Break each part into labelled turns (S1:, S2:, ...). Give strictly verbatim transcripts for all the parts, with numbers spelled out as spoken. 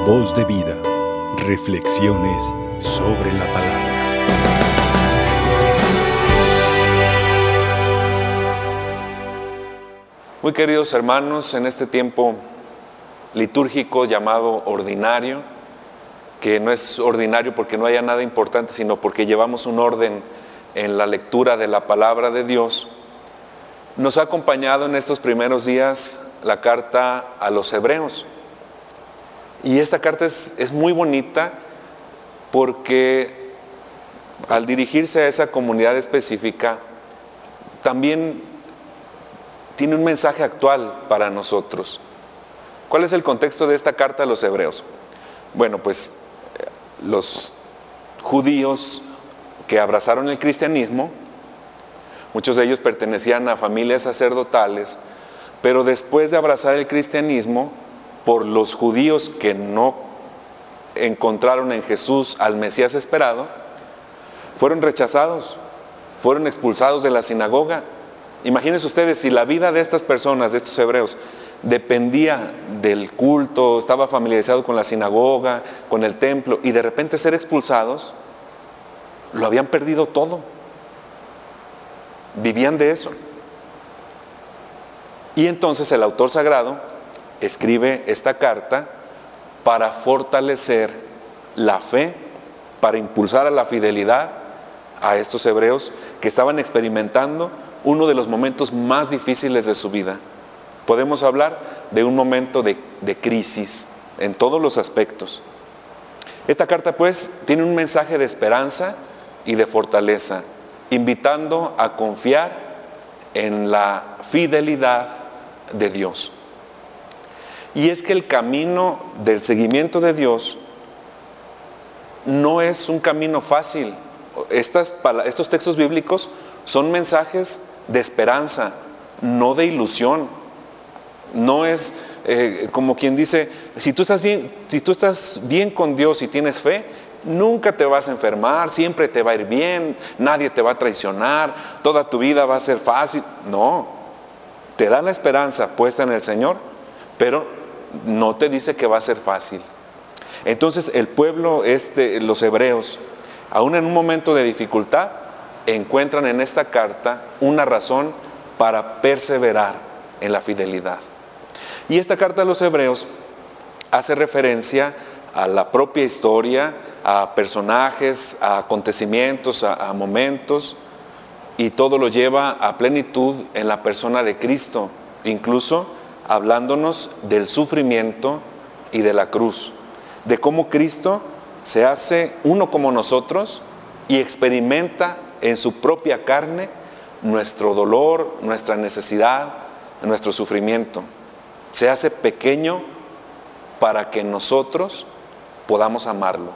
S1: Voz de vida. Reflexiones sobre la palabra.
S2: Muy queridos hermanos, en este tiempo litúrgico llamado ordinario, que no es ordinario porque no haya nada importante, sino porque llevamos un orden en la lectura de la palabra de Dios, nos ha acompañado en estos primeros días la carta a los Hebreos. Y esta carta es, es muy bonita porque al dirigirse a esa comunidad específica, también tiene un mensaje actual para nosotros. ¿Cuál es el contexto de esta carta a los Hebreos? Bueno, pues los judíos que abrazaron el cristianismo, muchos de ellos pertenecían a familias sacerdotales, pero después de abrazar el cristianismo, por los judíos que no encontraron en Jesús al Mesías esperado, fueron rechazados, fueron expulsados de la sinagoga. Imagínense ustedes, si la vida de estas personas, de estos hebreos, dependía del culto, estaba familiarizado con la sinagoga, con el templo, y de repente ser expulsados, lo habían perdido todo. Vivían de eso. Y entonces el autor sagrado escribe esta carta para fortalecer la fe, para impulsar a la fidelidad a estos hebreos que estaban experimentando uno de los momentos más difíciles de su vida. Podemos hablar de un momento de, de crisis en todos los aspectos. Esta carta pues tiene un mensaje de esperanza y de fortaleza, invitando a confiar en la fidelidad de Dios. Y es que el camino del seguimiento de Dios no es un camino fácil. Estas, estos textos bíblicos son mensajes de esperanza, no de ilusión. No es eh, como quien dice, si tú estás bien, si tú estás bien con Dios y tienes fe, nunca te vas a enfermar, siempre te va a ir bien, nadie te va a traicionar, toda tu vida va a ser fácil. No, te da la esperanza puesta en el Señor, pero no te dice que va a ser fácil. Entonces el pueblo, este, los hebreos, aún en un momento de dificultad, encuentran en esta carta una razón para perseverar en la fidelidad. Y esta carta a los hebreos hace referencia a la propia historia, a personajes, a acontecimientos, a, a momentos, y todo lo lleva a plenitud en la persona de Cristo, incluso hablándonos del sufrimiento y de la cruz, de cómo Cristo se hace uno como nosotros y experimenta en su propia carne nuestro dolor, nuestra necesidad, nuestro sufrimiento. Se hace pequeño para que nosotros podamos amarlo.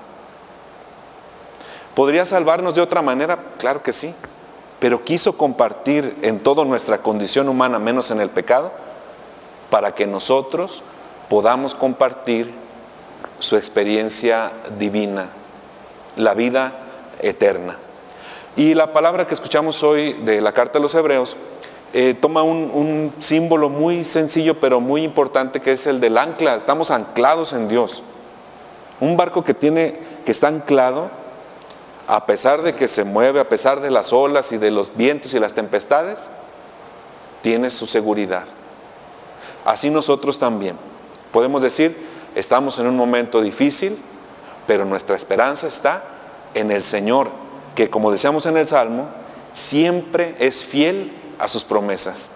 S2: ¿Podría salvarnos de otra manera? Claro que sí, pero quiso compartir en toda nuestra condición humana, menos en el pecado, para que nosotros podamos compartir su experiencia divina, la vida eterna. Y la palabra que escuchamos hoy de la carta a los Hebreos eh, toma un, un símbolo muy sencillo pero muy importante, que es el del ancla. Estamos anclados en Dios. Un barco que tiene, que está anclado, a pesar de que se mueve, a pesar de las olas y de los vientos y las tempestades, tiene su seguridad. Así nosotros también. Podemos decir, estamos en un momento difícil, pero nuestra esperanza está en el Señor, que como decíamos en el Salmo, siempre es fiel a sus promesas.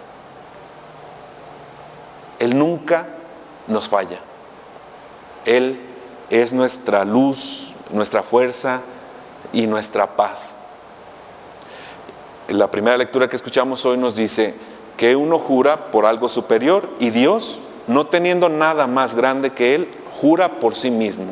S2: Él nunca nos falla. Él es nuestra luz, nuestra fuerza y nuestra paz. La primera lectura que escuchamos hoy nos dice que uno jura por algo superior y Dios, no teniendo nada más grande que Él, jura por sí mismo,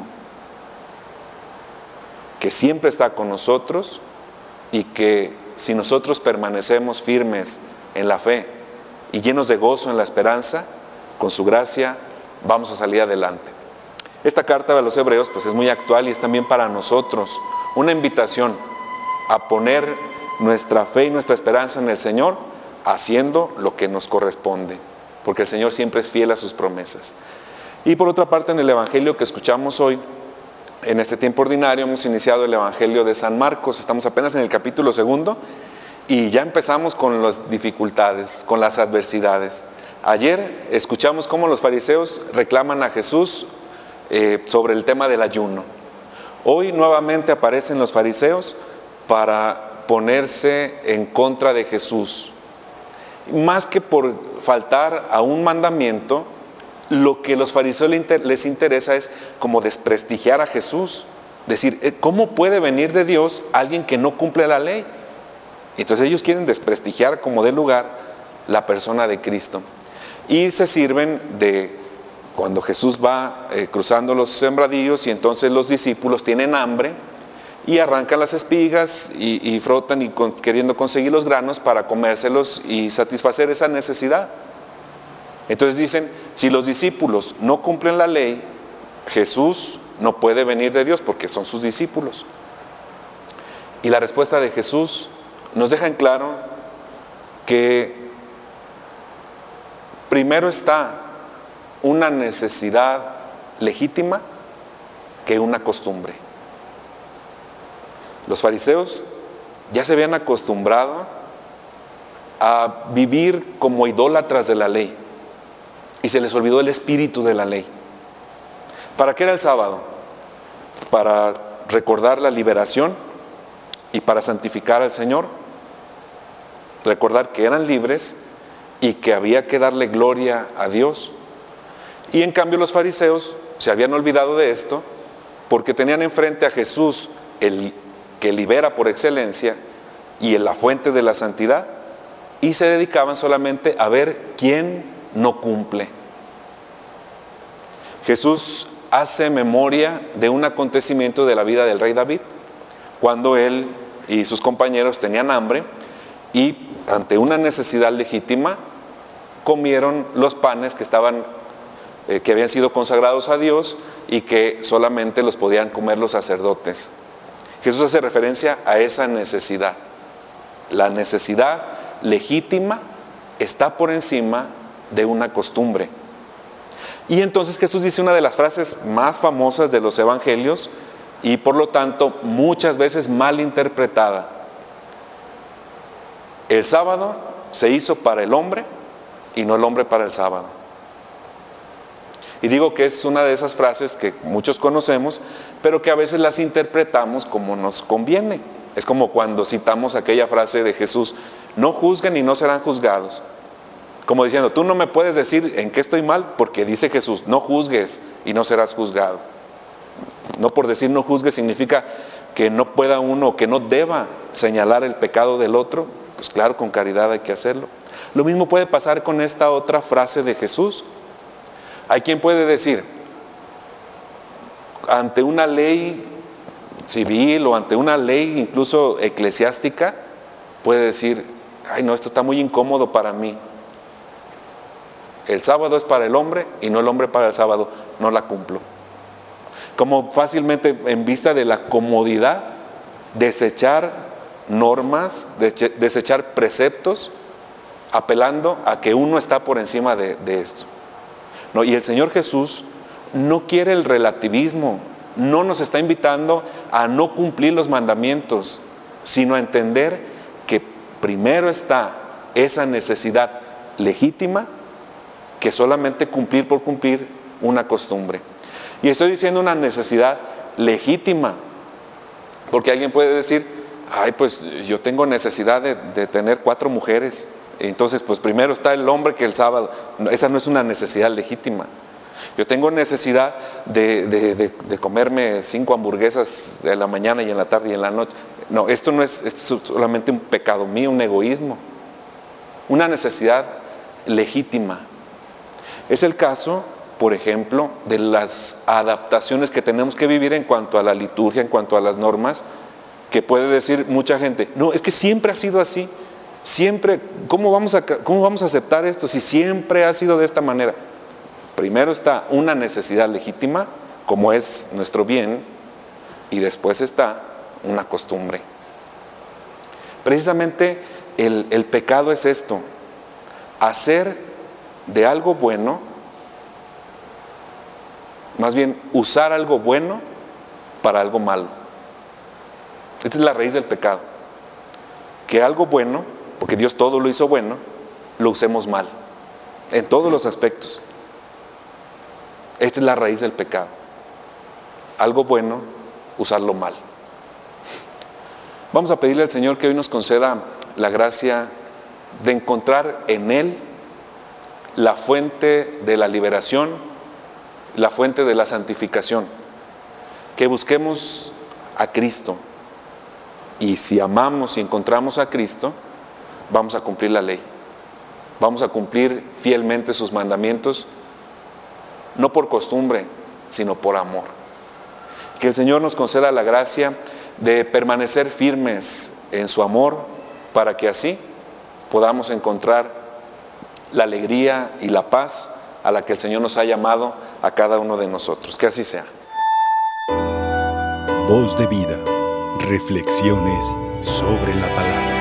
S2: que siempre está con nosotros y que si nosotros permanecemos firmes en la fe y llenos de gozo en la esperanza, con su gracia vamos a salir adelante. Esta carta a los Hebreos pues es muy actual y es también para nosotros una invitación a poner nuestra fe y nuestra esperanza en el Señor, haciendo lo que nos corresponde, porque el Señor siempre es fiel a sus promesas. Y por otra parte, en el Evangelio que escuchamos hoy, en este tiempo ordinario, hemos iniciado el Evangelio de San Marcos. Estamos apenas en el capítulo segundo y ya empezamos con las dificultades, con las adversidades. Ayer escuchamos cómo los fariseos reclaman a Jesús eh, sobre el tema del ayuno. Hoy nuevamente aparecen los fariseos para ponerse en contra de Jesús. Más que por faltar a un mandamiento, lo que a los fariseos les interesa es como desprestigiar a Jesús. Decir, ¿cómo puede venir de Dios alguien que no cumple la ley? Entonces ellos quieren desprestigiar como de lugar la persona de Cristo. Y se sirven de cuando Jesús va eh, cruzando los sembradíos y entonces los discípulos tienen hambre y arrancan las espigas y, y frotan y con, queriendo conseguir los granos para comérselos y satisfacer esa necesidad. Entonces dicen, si los discípulos no cumplen la ley, Jesús no puede venir de Dios porque son sus discípulos. Y la respuesta de Jesús nos deja en claro que primero está una necesidad legítima que una costumbre. Los fariseos ya se habían acostumbrado a vivir como idólatras de la ley y se les olvidó el espíritu de la ley. ¿Para qué era el sábado? Para recordar la liberación y para santificar al Señor, recordar que eran libres y que había que darle gloria a Dios. Y en cambio los fariseos se habían olvidado de esto porque tenían enfrente a Jesús, el que libera por excelencia y en la fuente de la santidad, y se dedicaban solamente a ver quién no cumple. Jesús hace memoria de un acontecimiento de la vida del rey David, cuando él y sus compañeros tenían hambre y ante una necesidad legítima comieron los panes que estaban eh, que habían sido consagrados a Dios y que solamente los podían comer los sacerdotes. Jesús hace referencia a esa necesidad. La necesidad legítima está por encima de una costumbre. Y entonces Jesús dice una de las frases más famosas de los evangelios y por lo tanto muchas veces mal interpretada. El sábado se hizo para el hombre y no el hombre para el sábado. Y digo que es una de esas frases que muchos conocemos, pero que a veces las interpretamos como nos conviene. Es como cuando citamos aquella frase de Jesús, no juzguen y no serán juzgados. Como diciendo, tú no me puedes decir en qué estoy mal, porque dice Jesús, no juzgues y no serás juzgado. No por decir no juzgues significa que no pueda uno, que no deba señalar el pecado del otro. Pues claro, con caridad hay que hacerlo. Lo mismo puede pasar con esta otra frase de Jesús. Hay quien puede decir, ante una ley civil o ante una ley incluso eclesiástica, puede decir, ay no, esto está muy incómodo para mí. El sábado es para el hombre y no el hombre para el sábado, no la cumplo. Como fácilmente en vista de la comodidad, desechar normas, desechar preceptos, apelando a que uno está por encima de, de esto. No, y el Señor Jesús no quiere el relativismo, no nos está invitando a no cumplir los mandamientos, sino a entender que primero está esa necesidad legítima que solamente cumplir por cumplir una costumbre. Y estoy diciendo una necesidad legítima, porque alguien puede decir, ay, pues yo tengo necesidad de, de tener cuatro mujeres, entonces pues primero está el hombre que el sábado. No, esa no es una necesidad legítima. Yo tengo necesidad de, de, de, de comerme cinco hamburguesas en la mañana y en la tarde y en la noche. No, esto no es, esto es solamente un pecado mío, un egoísmo. Una necesidad legítima. Es el caso, por ejemplo, de las adaptaciones que tenemos que vivir en cuanto a la liturgia, en cuanto a las normas, que puede decir mucha gente, no, es que siempre ha sido así, siempre, ¿cómo vamos a, cómo vamos a aceptar esto si siempre ha sido de esta manera? Primero está una necesidad legítima, como es nuestro bien, y después está una costumbre. Precisamente el, el pecado es esto, hacer de algo bueno Más bien, usar algo bueno para algo malo. Esta es la raíz del pecado. Que algo bueno, porque Dios todo lo hizo bueno, lo usemos mal. En todos los aspectos. Esta es la raíz del pecado. Algo bueno, usarlo mal. Vamos a pedirle al Señor que hoy nos conceda la gracia de encontrar en Él la fuente de la liberación, la fuente de la santificación. Que busquemos a Cristo. Y si amamos y encontramos a Cristo, vamos a cumplir la ley. Vamos a cumplir fielmente sus mandamientos, no por costumbre, sino por amor. Que el Señor nos conceda la gracia de permanecer firmes en su amor, para que así podamos encontrar la alegría y la paz a la que el Señor nos ha llamado a cada uno de nosotros. Que así sea.
S1: Voz de vida. Reflexiones sobre la palabra.